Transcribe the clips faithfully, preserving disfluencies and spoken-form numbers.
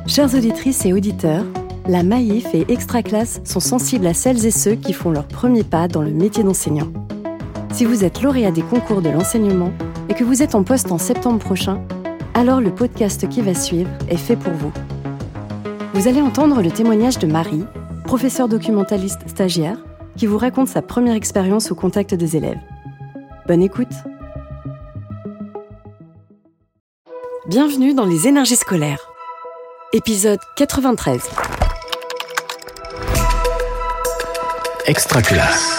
Chères auditrices et auditeurs, la Maïf et Extra Classe sont sensibles à celles et ceux qui font leur premier pas dans le métier d'enseignant. Si vous êtes lauréat des concours de l'enseignement et que vous êtes en poste en septembre prochain, alors le podcast qui va suivre est fait pour vous. Vous allez entendre le témoignage de Marie, professeure documentaliste stagiaire, qui vous raconte sa première expérience au contact des élèves. Bonne écoute. Bienvenue dans les énergies scolaires. Épisode quatre-vingt-treize. Extra Classe.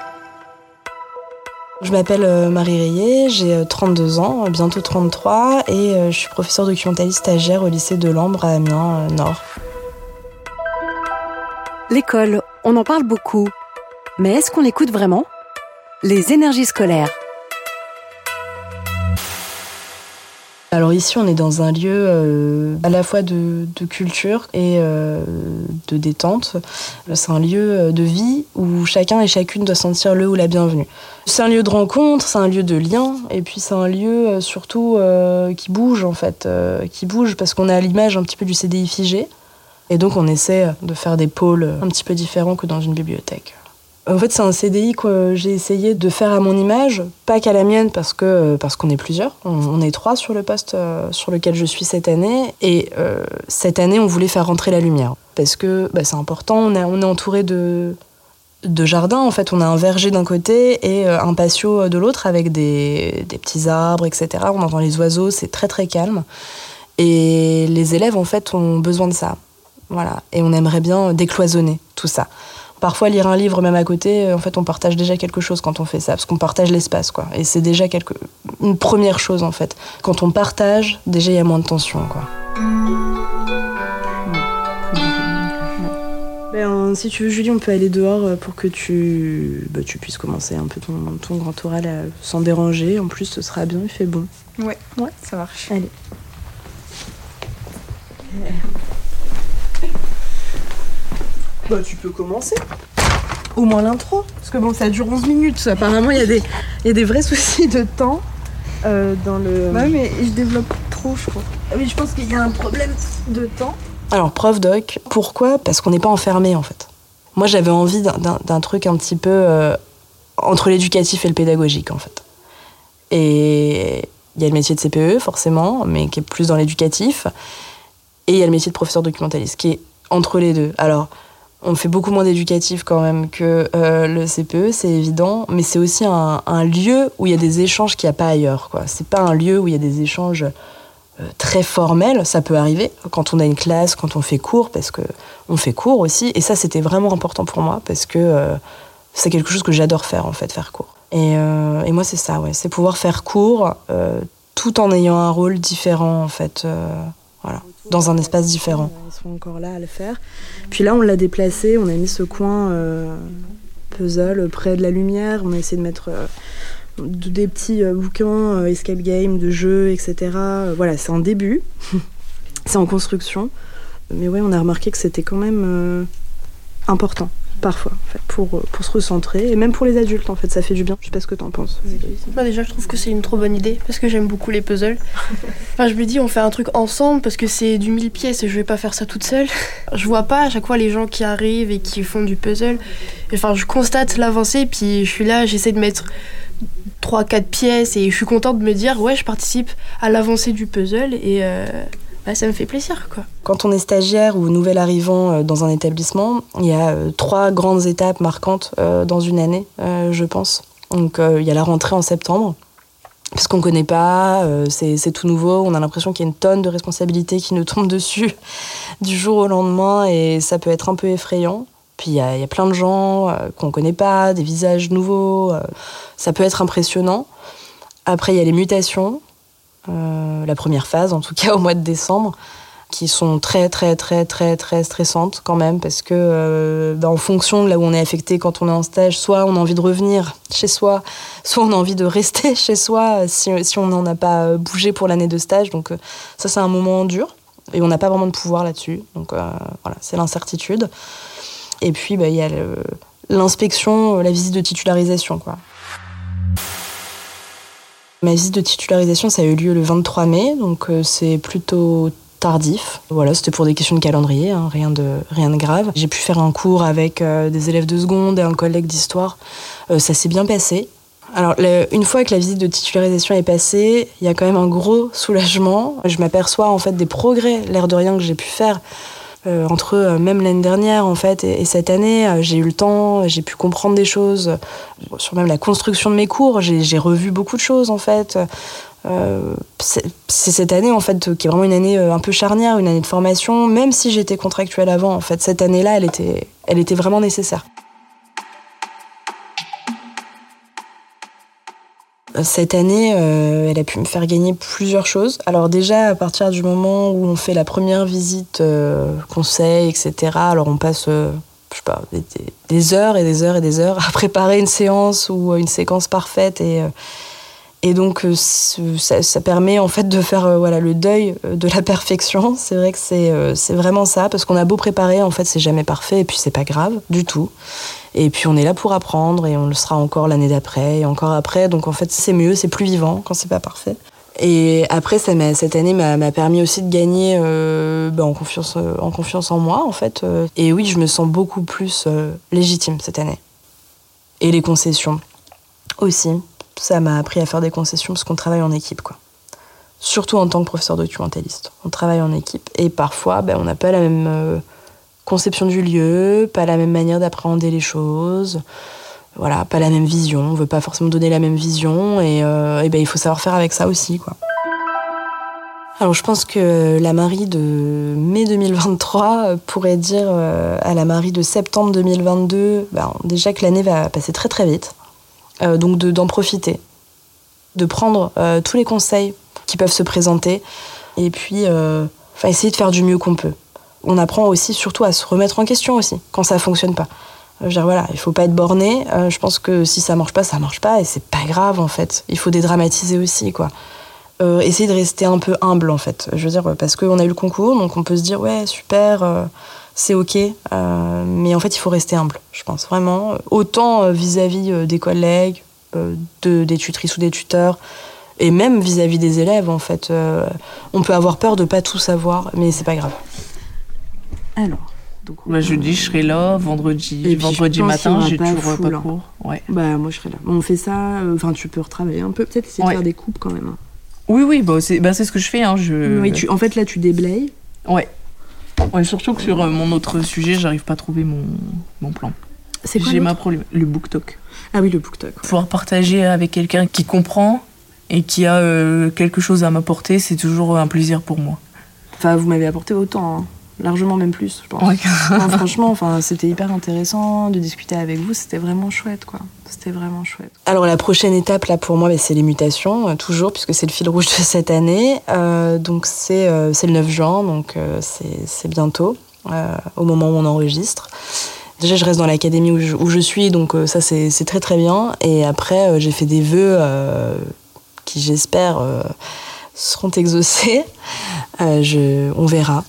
Je m'appelle Marie Rayet, j'ai trente-deux ans, bientôt trente-trois, et je suis professeure documentaliste stagiaire au lycée de l'Ambre à Amiens Nord. L'école, on en parle beaucoup, mais est-ce qu'on l'écoute vraiment ? Les énergies scolaires. Alors ici, on est dans un lieu euh, à la fois de, de culture et euh, de détente. C'est un lieu de vie où chacun et chacune doit sentir le ou la bienvenue. C'est un lieu de rencontre, c'est un lieu de lien, et puis c'est un lieu euh, surtout euh, qui bouge en fait, euh, qui bouge parce qu'on a l'image un petit peu du C D I figé, et donc on essaie de faire des pôles un petit peu différents que dans une bibliothèque. En fait, c'est un C D I que j'ai essayé de faire à mon image, pas qu'à la mienne, parce que parce qu'on est plusieurs. On, on est trois sur le poste euh, sur lequel je suis cette année. Et euh, cette année, on voulait faire rentrer la lumière. Parce que bah, c'est important, on, a, on est entouré de, de jardins. En fait, on a un verger d'un côté et euh, un patio de l'autre avec des, des petits arbres, et cetera. On entend les oiseaux, c'est très très calme. Et les élèves, en fait, ont besoin de ça. Voilà. Et on aimerait bien décloisonner tout ça. Parfois, lire un livre, même à côté, en fait, on partage déjà quelque chose quand on fait ça, parce qu'on partage l'espace, quoi. Et c'est déjà quelque... une première chose, en fait. Quand on partage, déjà, il y a moins de tension, quoi. Ben, si tu veux, Julie, on peut aller dehors pour que tu, bah, tu puisses commencer un peu ton, ton grand oral euh, sans déranger. En plus, ce sera bien, il fait bon. Ouais, ouais, ça marche. Allez. Bah, tu peux commencer. Au moins l'intro. Parce que bon, ça dure onze minutes. Apparemment, il y a des, il y a des vrais soucis de temps euh, dans le... Bah oui, mais je développe trop, je crois. Oui, je pense qu'il y a un problème de temps. Alors, prof doc, pourquoi ? Parce qu'on n'est pas enfermé, en fait. Moi, j'avais envie d'un, d'un, d'un truc un petit peu euh, entre l'éducatif et le pédagogique, en fait. Et il y a le métier de C P E, forcément, mais qui est plus dans l'éducatif. Et il y a le métier de professeur documentaliste, qui est entre les deux. Alors... on fait beaucoup moins d'éducatif quand même que euh, le C P E, c'est évident, mais c'est aussi un, un lieu où il y a des échanges qu'il n'y a pas ailleurs, quoi. C'est pas un lieu où il y a des échanges euh, très formels, ça peut arriver quand on a une classe, quand on fait cours, parce qu'on fait cours aussi, et ça c'était vraiment important pour moi, parce que euh, c'est quelque chose que j'adore faire en fait, faire cours. Et, euh, et moi c'est ça, ouais, c'est pouvoir faire cours euh, tout en ayant un rôle différent en fait, euh, voilà. Dans un espace différent. Ils sont encore là à le faire. Puis là, on l'a déplacé, on a mis ce coin euh, puzzle près de la lumière. On a essayé de mettre euh, des petits euh, bouquins, euh, escape game, de jeux, et cetera. Euh, voilà, c'est un début. C'est en construction. Mais ouais, on a remarqué que c'était quand même euh, important, parfois, en fait, pour, pour se recentrer. Et même pour les adultes, en fait, ça fait du bien. Je sais pas ce que t'en penses. Bah déjà, je trouve que c'est une trop bonne idée, parce que j'aime beaucoup les puzzles. Enfin, je me dis, on fait un truc ensemble, parce que c'est du mille pièces et je vais pas faire ça toute seule. Je vois pas à chaque fois les gens qui arrivent et qui font du puzzle. Enfin, je constate l'avancée, puis je suis là, j'essaie de mettre trois quatre pièces et je suis contente de me dire, ouais, je participe à l'avancée du puzzle et... Euh... bah, ça me fait plaisir, quoi. Quand on est stagiaire ou nouvel arrivant dans un établissement, il y a trois grandes étapes marquantes dans une année, je pense. Donc, il y a la rentrée en septembre, parce qu'on ne connaît pas, c'est, c'est tout nouveau, on a l'impression qu'il y a une tonne de responsabilités qui nous tombent dessus du jour au lendemain, et ça peut être un peu effrayant. Puis il y a, il y a plein de gens qu'on ne connaît pas, des visages nouveaux, ça peut être impressionnant. Après, il y a les mutations. Euh, la première phase, en tout cas au mois de décembre, qui sont très très très très très stressantes quand même, parce que euh, bah, en fonction de là où on est affecté quand on est en stage, soit on a envie de revenir chez soi, soit on a envie de rester chez soi si, si on n'en a pas bougé pour l'année de stage. Donc euh, ça c'est un moment dur et on n'a pas vraiment de pouvoir là-dessus, donc euh, voilà, c'est l'incertitude. Et puis bah, y a le, l'inspection, la visite de titularisation, quoi. Ma visite de titularisation, ça a eu lieu le vingt-trois mai, donc euh, c'est plutôt tardif. Voilà, c'était pour des questions de calendrier, hein, rien de, rien de grave. J'ai pu faire un cours avec euh, des élèves de seconde et un collègue d'histoire. Euh, ça s'est bien passé. Alors, le, une fois que la visite de titularisation est passée, il y a quand même un gros soulagement. Je m'aperçois en fait des progrès, l'air de rien, que j'ai pu faire euh, entre euh, même l'année dernière en fait et, et cette année. Euh, j'ai eu le temps, j'ai pu comprendre des choses euh, sur même la construction de mes cours. J'ai, j'ai revu beaucoup de choses en fait. Euh, c'est, c'est cette année en fait qui est vraiment une année un peu charnière, une année de formation, même si j'étais contractuelle avant en fait, cette année-là elle était, elle était vraiment nécessaire. Cette année, euh, elle a pu me faire gagner plusieurs choses. Alors déjà, à partir du moment où on fait la première visite euh, conseil, et cetera, alors on passe euh, je sais pas, des, des heures et des heures et des heures à préparer une séance ou une séquence parfaite et euh, Et donc, ça, ça permet en fait de faire euh, voilà, le deuil de la perfection. C'est vrai que c'est, euh, c'est vraiment ça, parce qu'on a beau préparer, en fait, c'est jamais parfait, et puis c'est pas grave du tout. Et puis on est là pour apprendre, et on le sera encore l'année d'après, et encore après. Donc en fait, c'est mieux, c'est plus vivant quand c'est pas parfait. Et après, ça m'a, cette année m'a, m'a permis aussi de gagner euh, bah, en, confiance, euh, en confiance en moi, en fait. Euh, et oui, je me sens beaucoup plus euh, légitime cette année. Et les concessions aussi. Ça m'a appris à faire des concessions parce qu'on travaille en équipe, quoi. Surtout en tant que professeur documentaliste. On travaille en équipe et parfois, ben, on n'a pas la même euh, conception du lieu, pas la même manière d'appréhender les choses, voilà, pas la même vision. On veut pas forcément donner la même vision et, euh, et ben, il faut savoir faire avec ça aussi, quoi. Alors je pense que la Marie de mai deux mille vingt-trois pourrait dire à la Marie de septembre deux mille vingt-deux, ben, déjà que l'année va passer très très vite. Euh, donc de, d'en profiter, de prendre euh, tous les conseils qui peuvent se présenter et puis euh, essayer de faire du mieux qu'on peut. On apprend aussi surtout à se remettre en question aussi quand ça fonctionne pas. Je veux dire, voilà, il faut pas être borné. Euh, je pense que si ça marche pas, ça marche pas et c'est pas grave en fait. Il faut dédramatiser aussi, quoi. Euh, essayer de rester un peu humble en fait. Je veux dire, parce qu'on a eu le concours, donc on peut se dire ouais super. Euh, c'est ok, euh, mais en fait il faut rester humble, je pense vraiment, autant vis-à-vis des collègues, euh, de, des tutrices ou des tuteurs, et même vis-à-vis des élèves en fait. Euh, on peut avoir peur de pas tout savoir, mais c'est pas grave. Alors, donc bah, jeudi je serai là, vendredi, vendredi matin j'ai toujours pas cours. Ouais. Bah moi je serai là. On fait ça, enfin euh, tu peux retravailler un peu, peut-être essayer ouais. de faire des coupes quand même. Hein. Oui oui, bah c'est, bah, c'est ce que je fais. Hein, je... Oui, tu, en fait là tu déblayes. Ouais. Ouais, surtout que sur euh, mon autre sujet, j'arrive pas à trouver mon, mon plan. C'est quoi J'ai l'autre ma problème, le book talk. Ah oui, le book talk. Pouvoir partager avec quelqu'un qui comprend et qui a euh, quelque chose à m'apporter, c'est toujours un plaisir pour moi. Enfin, vous m'avez apporté autant, hein. Largement même plus, je pense. Ouais. Enfin, franchement, enfin, c'était hyper intéressant de discuter avec vous, c'était vraiment chouette, quoi. C'était vraiment chouette. Alors la prochaine étape, là, pour moi, bah, c'est les mutations, euh, toujours, puisque c'est le fil rouge de cette année. Euh, donc c'est, euh, c'est le neuf juin, donc euh, c'est, c'est bientôt, euh, au moment où on enregistre. Déjà, je reste dans l'académie où je, où je suis, donc euh, ça, c'est, c'est très très bien. Et après, euh, j'ai fait des vœux euh, qui, j'espère, euh, seront exaucés. Euh, je, on verra.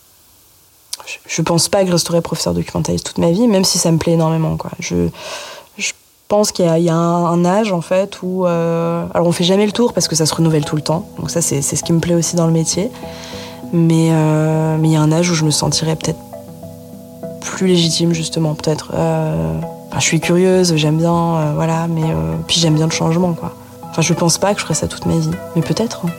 Je pense pas que je resterai professeur documentaliste toute ma vie, même si ça me plaît énormément, quoi. Je, je pense qu'il y a, il y a un, un âge, en fait, où... Euh, alors, on fait jamais le tour, parce que ça se renouvelle tout le temps. Donc ça, c'est, c'est ce qui me plaît aussi dans le métier. Mais euh, mais il y a un âge où je me sentirais peut-être plus légitime, justement, peut-être. Euh, enfin, je suis curieuse, j'aime bien, euh, voilà, mais... Euh, puis j'aime bien le changement, quoi. Enfin, je pense pas que je ferais ça toute ma vie. Mais peut-être, hein.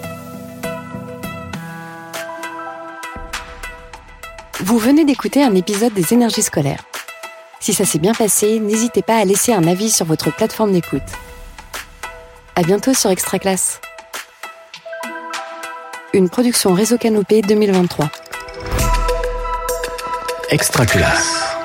Vous venez d'écouter un épisode des Énergies scolaires. Si ça s'est bien passé, n'hésitez pas à laisser un avis sur votre plateforme d'écoute. À bientôt sur Extra Classe. Une production Réseau Canopé deux mille vingt-trois. Extra Classe.